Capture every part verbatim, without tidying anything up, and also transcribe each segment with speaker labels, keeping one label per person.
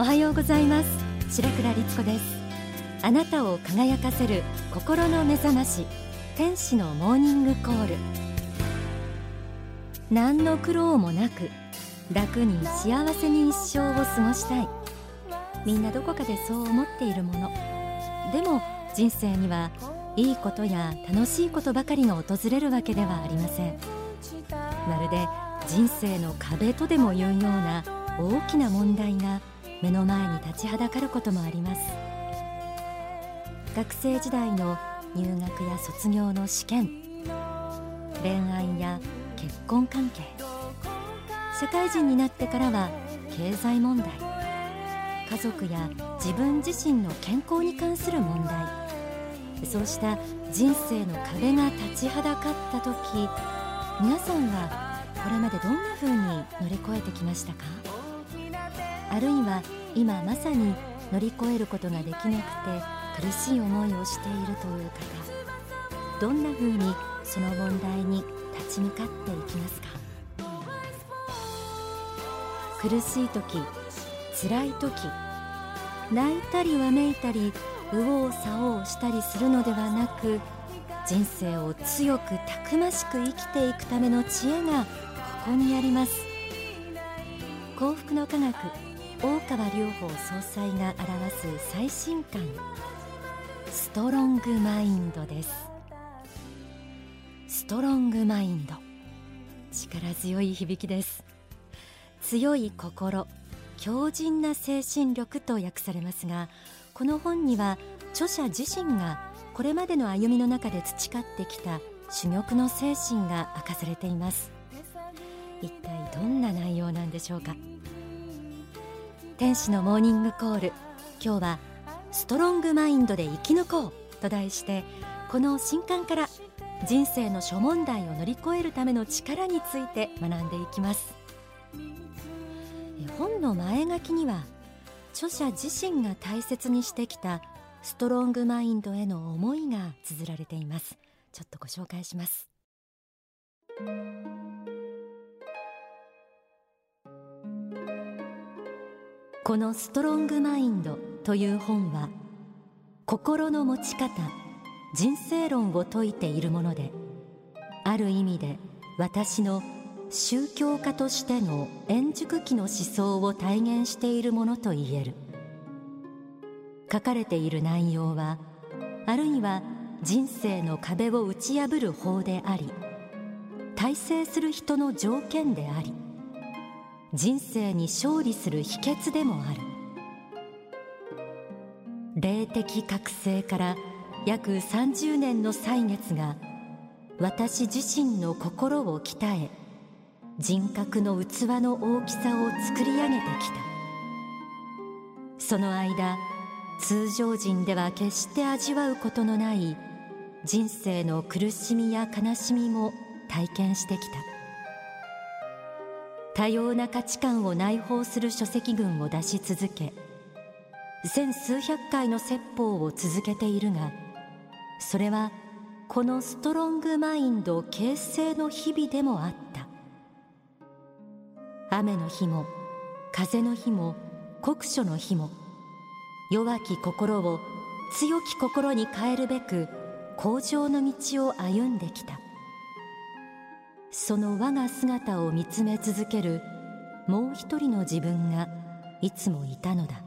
Speaker 1: おはようございます。白倉律子です。あなたを輝かせる心の目覚まし、天使のモーニングコール。何の苦労もなく楽に幸せに一生を過ごしたい。みんなどこかでそう思っているもの。でも人生にはいいことや楽しいことばかりが訪れるわけではありません。まるで人生の壁とでもいうような大きな問題が目の前に立ちはだかることもあります。学生時代の入学や卒業の試験、恋愛や結婚関係、社会人になってからは経済問題、家族や自分自身の健康に関する問題、そうした人生の壁が立ちはだかった時、皆さんはこれまでどんな風に乗り越えてきましたか？あるいは今まさに乗り越えることができなくて苦しい思いをしているという方、どんな風にその問題に立ち向かっていきますか？苦しい時、辛い時、泣いたりわめいたり右往左往したりするのではなく、人生を強くたくましく生きていくための知恵がここにあります。幸福の科学、大川隆法総裁が表す最新刊、ストロングマインドです。ストロングマインド、力強い響きです。強い心、強靭な精神力と訳されますが、この本には著者自身がこれまでの歩みの中で培ってきた珠玉の精神が明かされています。一体どんな内容なんでしょうか？天使のモーニングコール、今日はストロングマインドで生き抜こうと題して、この新刊から人生の諸問題を乗り越えるための力について学んでいきます。本の前書きには著者自身が大切にしてきたストロングマインドへの思いが綴られています。ちょっとご紹介します。このストロングマインドという本は、心の持ち方、人生論を説いているもので、ある意味で私の宗教家としての円熟期の思想を体現しているものと言える。書かれている内容は、あるいは人生の壁を打ち破る法であり、大成する人の条件であり、人生に勝利する秘訣でもある。霊的覚醒から約さんじゅうねんの歳月が私自身の心を鍛え、人格の器の大きさを作り上げてきた。その間、通常人では決して味わうことのない人生の苦しみや悲しみも体験してきた。多様な価値観を内包する書籍群を出し続け、千数百回の説法を続けているが、それはこのストロングマインド形成の日々でもあった。雨の日も風の日も酷暑の日も、弱き心を強き心に変えるべく向上の道を歩んできた。その我が姿を見つめ続けるもう一人の自分がいつもいたのだ。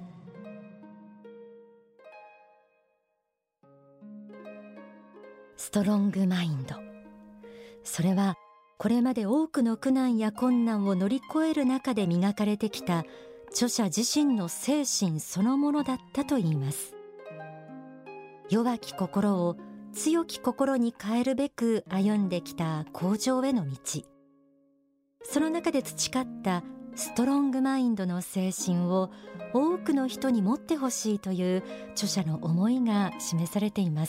Speaker 1: ストロングマインド、それはこれまで多くの苦難や困難を乗り越える中で磨かれてきた著者自身の精神そのものだったといいます。弱き心を強き心に変えるべく歩んできた向上への道、その中で培ったストロングマインドの精神を多くの人に持ってほしいという著者の思いが示されています。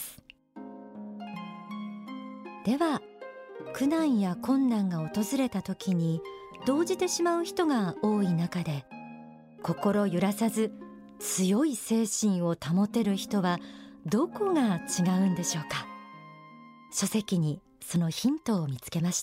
Speaker 1: では、苦難や困難が訪れた時に動じてしまう人が多い中で、心揺らさず強い精神を保てる人はどこが違うんでしょうか。書籍にそのヒントを見つけました。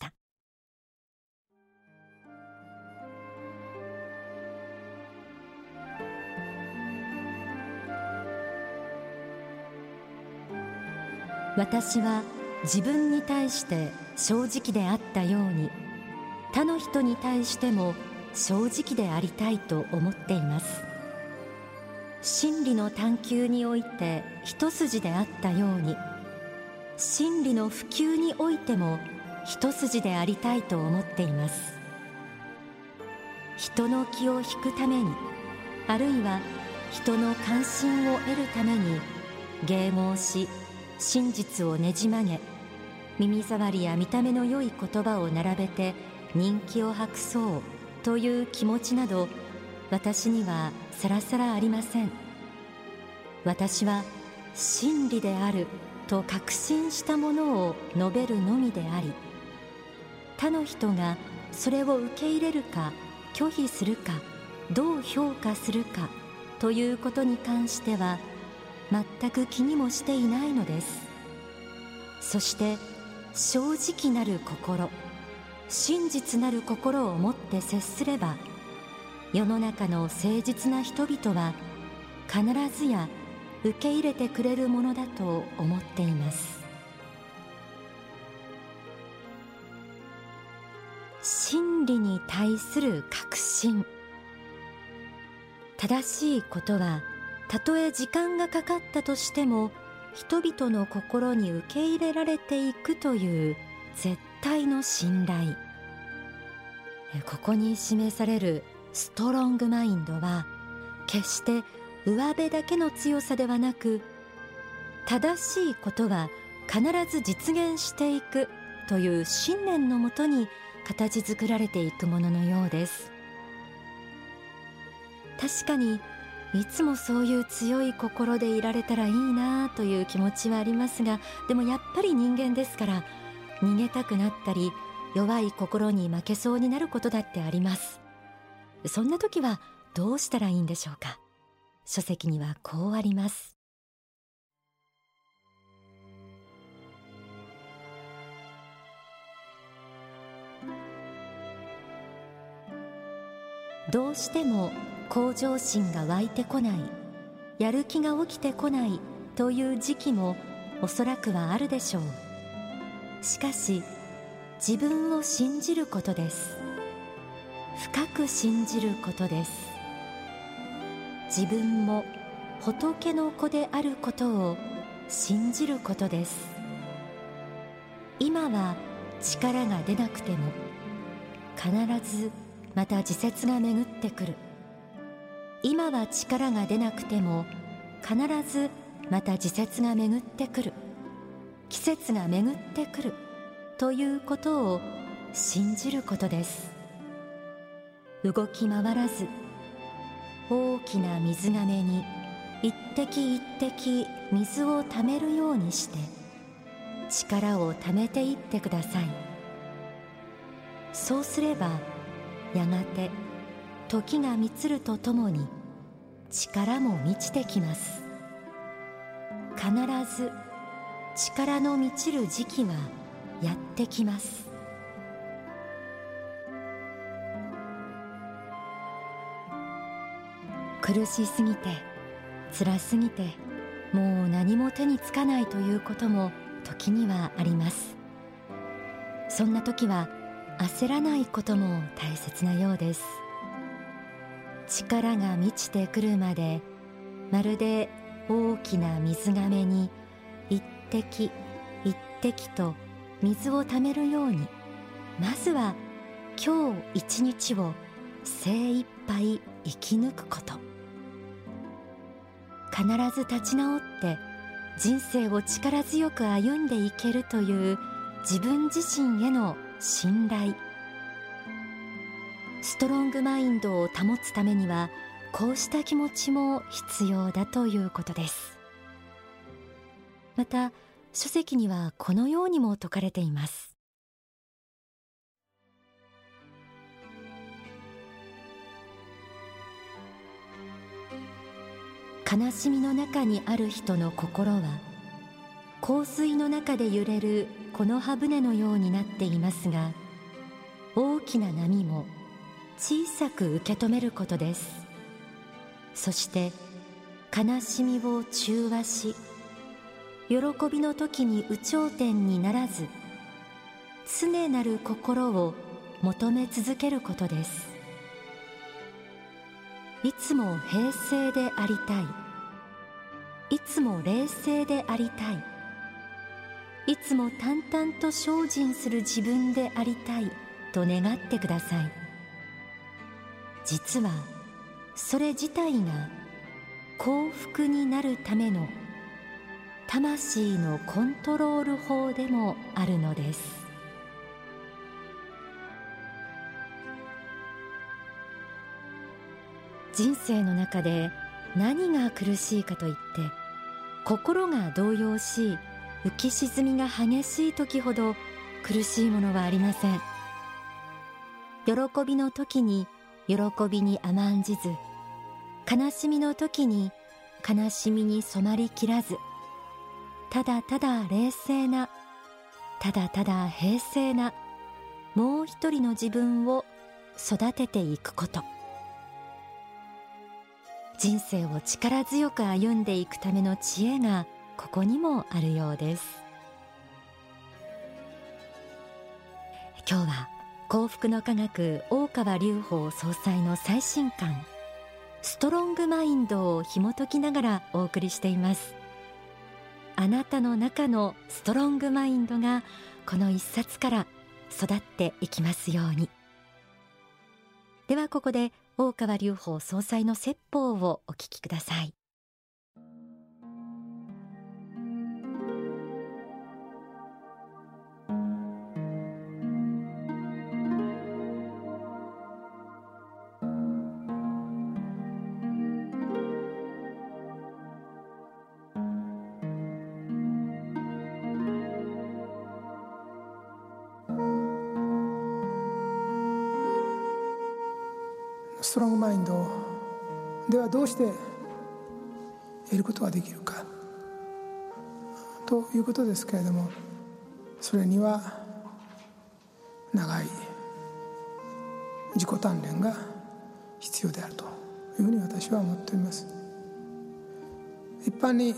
Speaker 1: 私は自分に対して正直であったように、他の人に対しても正直でありたいと思っています。真理の探求において一筋であったように、真理の普及においても一筋でありたいと思っています。人の気を引くために、あるいは人の関心を得るために迎合し、真実をねじ曲げ、耳障りや見た目の良い言葉を並べて人気を博そうという気持ちなど、私にはさらさらありません。私は真理であると確信したものを述べるのみであり、他の人がそれを受け入れるか拒否するか、どう評価するかということに関しては全く気にもしていないのです。そして正直なる心、真実なる心を持って接すれば、世の中の誠実な人々は必ずや受け入れてくれるものだと思っています。真理に対する確信。正しいことはたとえ時間がかかったとしても人々の心に受け入れられていくという絶対の信頼。ここに示されるストロングマインドは、決して上辺だけの強さではなく、正しいことは必ず実現していくという信念のもとに形作られていくもののようです。確かにいつもそういう強い心でいられたらいいなという気持ちはありますが、でもやっぱり人間ですから、逃げたくなったり弱い心に負けそうになることだってあります。そんな時はどうしたらいいんでしょうか。書籍にはこうあります。どうしても向上心が湧いてこない、やる気が起きてこないという時期もおそらくはあるでしょう。しかし自分を信じることです。深く信じることです。自分も仏の子であることを信じることです。今は力が出なくても必ずまた時節が巡ってくる。今は力が出なくても必ずまた時節が巡ってくる。季節が巡ってくるということを信じることです。動き回らず、大きな水がめに一滴一滴水をためるようにして力をためていってください。そうすればやがて時が満つるとともに力も満ちてきます。必ず力の満ちる時期はやってきます。苦しすぎて辛すぎてもう何も手につかないということも時にはあります。そんな時は焦らないことも大切なようです。力が満ちてくるまで、まるで大きな水がめに一滴一滴と水をためるように、まずは今日一日を精一杯生き抜くこと。必ず立ち直って人生を力強く歩んでいけるという自分自身への信頼。ストロングマインドを保つためにはこうした気持ちも必要だということです。また書籍にはこのようにも説かれています。悲しみの中にある人の心は洪水の中で揺れるこの葉舟のようになっていますが、大きな波も小さく受け止めることです。そして悲しみを中和し、 喜びの時に有頂天にならず、常なる心を求め続けることです。いつも平静でありたい、いつも冷静でありたい、いつも淡々と精進する自分でありたいと願ってください。実はそれ自体が幸福になるための魂のコントロール法でもあるのです。人生の中で何が苦しいかといって、心が動揺し浮き沈みが激しい時ほど苦しいものはありません。喜びの時に喜びに甘んじず、悲しみの時に悲しみに染まりきらず、ただただ冷静な、ただただ平静なもう一人の自分を育てていくこと、人生を力強く歩んでいくための知恵がここにもあるようです。今日は幸福の科学大川隆法総裁の最新刊ストロングマインドを紐解きながらお送りしています。あなたの中のストロングマインドがこの一冊から育っていきますように。ではここで大川隆法総裁の説法をお聞きください。
Speaker 2: ストロングマインドではどうして得ることができるかということですけれども、それには長い自己鍛錬が必要であるというふうに私は思っております。一般に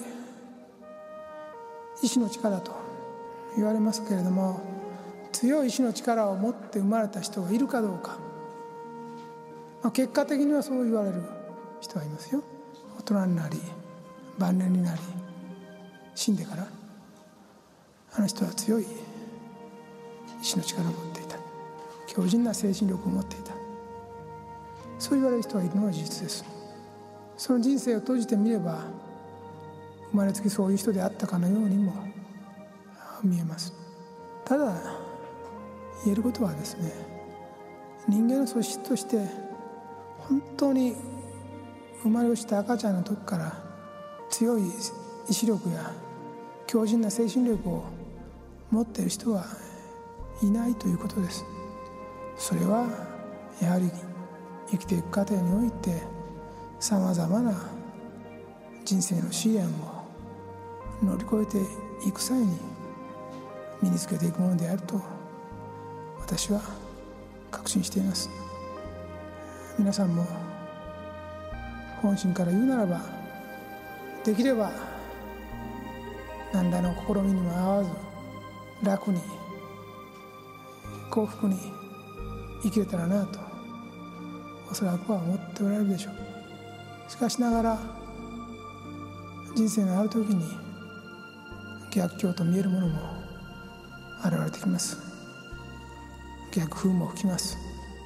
Speaker 2: 意志の力と言われますけれども、強い意志の力を持って生まれた人がいるかどうか、結果的にはそう言われる人はいますよ。大人になり晩年になり死んでから、あの人は強い意志の力を持っていた、強靭な精神力を持っていた、そう言われる人がいるのは事実です。その人生を閉じてみれば生まれつきそういう人であったかのようにも見えます。ただ言えることはですね、人間の素質として本当に生まれ落ちた赤ちゃんの時から強い意志力や強靭な精神力を持っている人はいないということです。それはやはり生きていく過程においてさまざまな人生の試練を乗り越えていく際に身につけていくものであると私は確信しています。皆さんも本心から言うならば、できれば何らの試みにも合わず楽に幸福に生きれたらなとおそらくは思っておられるでしょう。しかしながら人生のある時に逆境と見えるものも現れてきます。逆風も吹きます。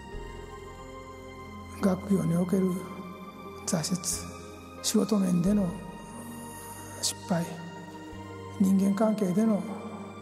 Speaker 2: 学業における挫折、仕事面での失敗、人間関係での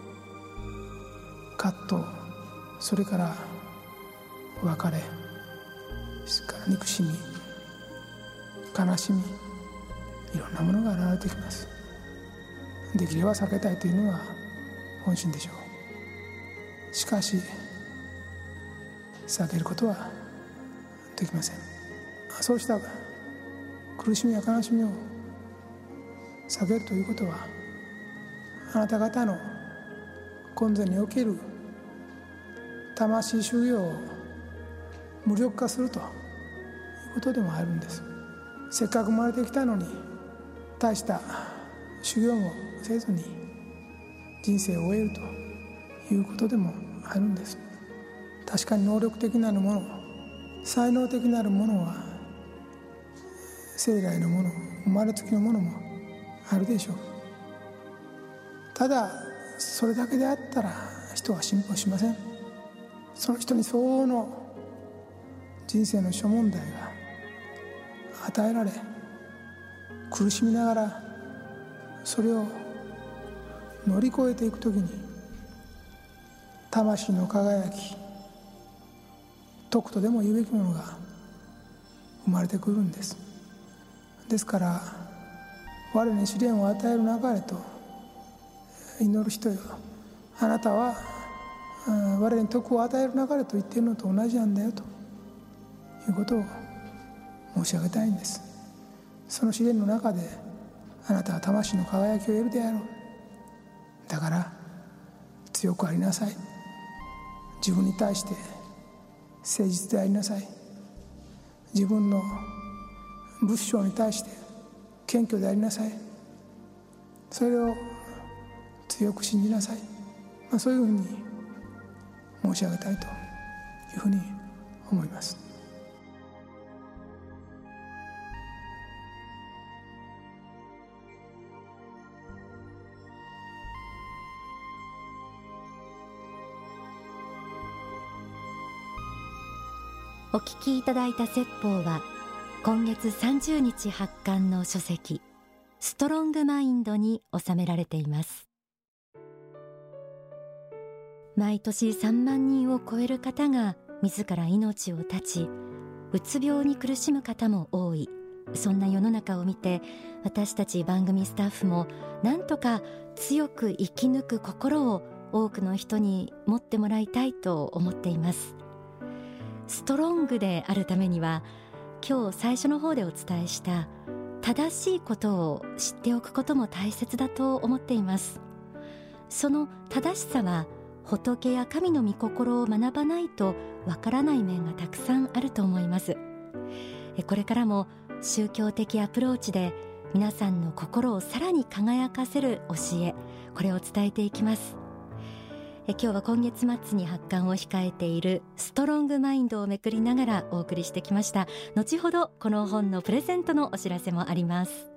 Speaker 2: 葛藤、それから別れ、それから憎しみ、悲しみ、いろんなものが現れてきます。できれば避けたいというのは本心でしょう。しかし避けることはできません。そうした苦しみや悲しみを避けるということは、あなた方の今世における魂修行を無力化するということでもあるんです。せっかく生まれてきたのに大した修行もせずに人生を終えるということでもあるんです。確かに能力的なるもの、才能的なるものは生来のもの、生まれつきのものもあるでしょう。ただそれだけであったら人は進歩しません。その人に相応の人生の諸問題が与えられ、苦しみながらそれを乗り越えていくときに魂の輝き、徳とでも言うべきものが生まれてくるんです。ですから我に試練を与えるなかれと祈る人よ、あなたは我に徳を与えるなかれと言っているのと同じなんだよということを申し上げたいんです。その試練の中であなたは魂の輝きを得るであろう。だから強くありなさい。自分に対して誠実でありなさい。自分の仏性に対して謙虚でありなさい。それを強く信じなさい。まあ、そういうふうに申し上げたいというふうに思います。
Speaker 1: お聞きいただいた説法は今月さんじゅうにち発刊の書籍ストロングマインドに収められています。毎年さんまんにんを超える方が自ら命を絶ち、うつ病に苦しむ方も多い。そんな世の中を見て、私たち番組スタッフもなんとか強く生き抜く心を多くの人に持ってもらいたいと思っています。ストロングであるためには、今日最初の方でお伝えした正しいことを知っておくことも大切だと思っています。その正しさは仏や神の御心を学ばないとわからない面がたくさんあると思います。これからも宗教的アプローチで皆さんの心をさらに輝かせる教え、これを伝えていきます。え今日は今月末に発刊を控えているストロングマインドをめくりながらお送りしてきました。後ほどこの本のプレゼントのお知らせもあります。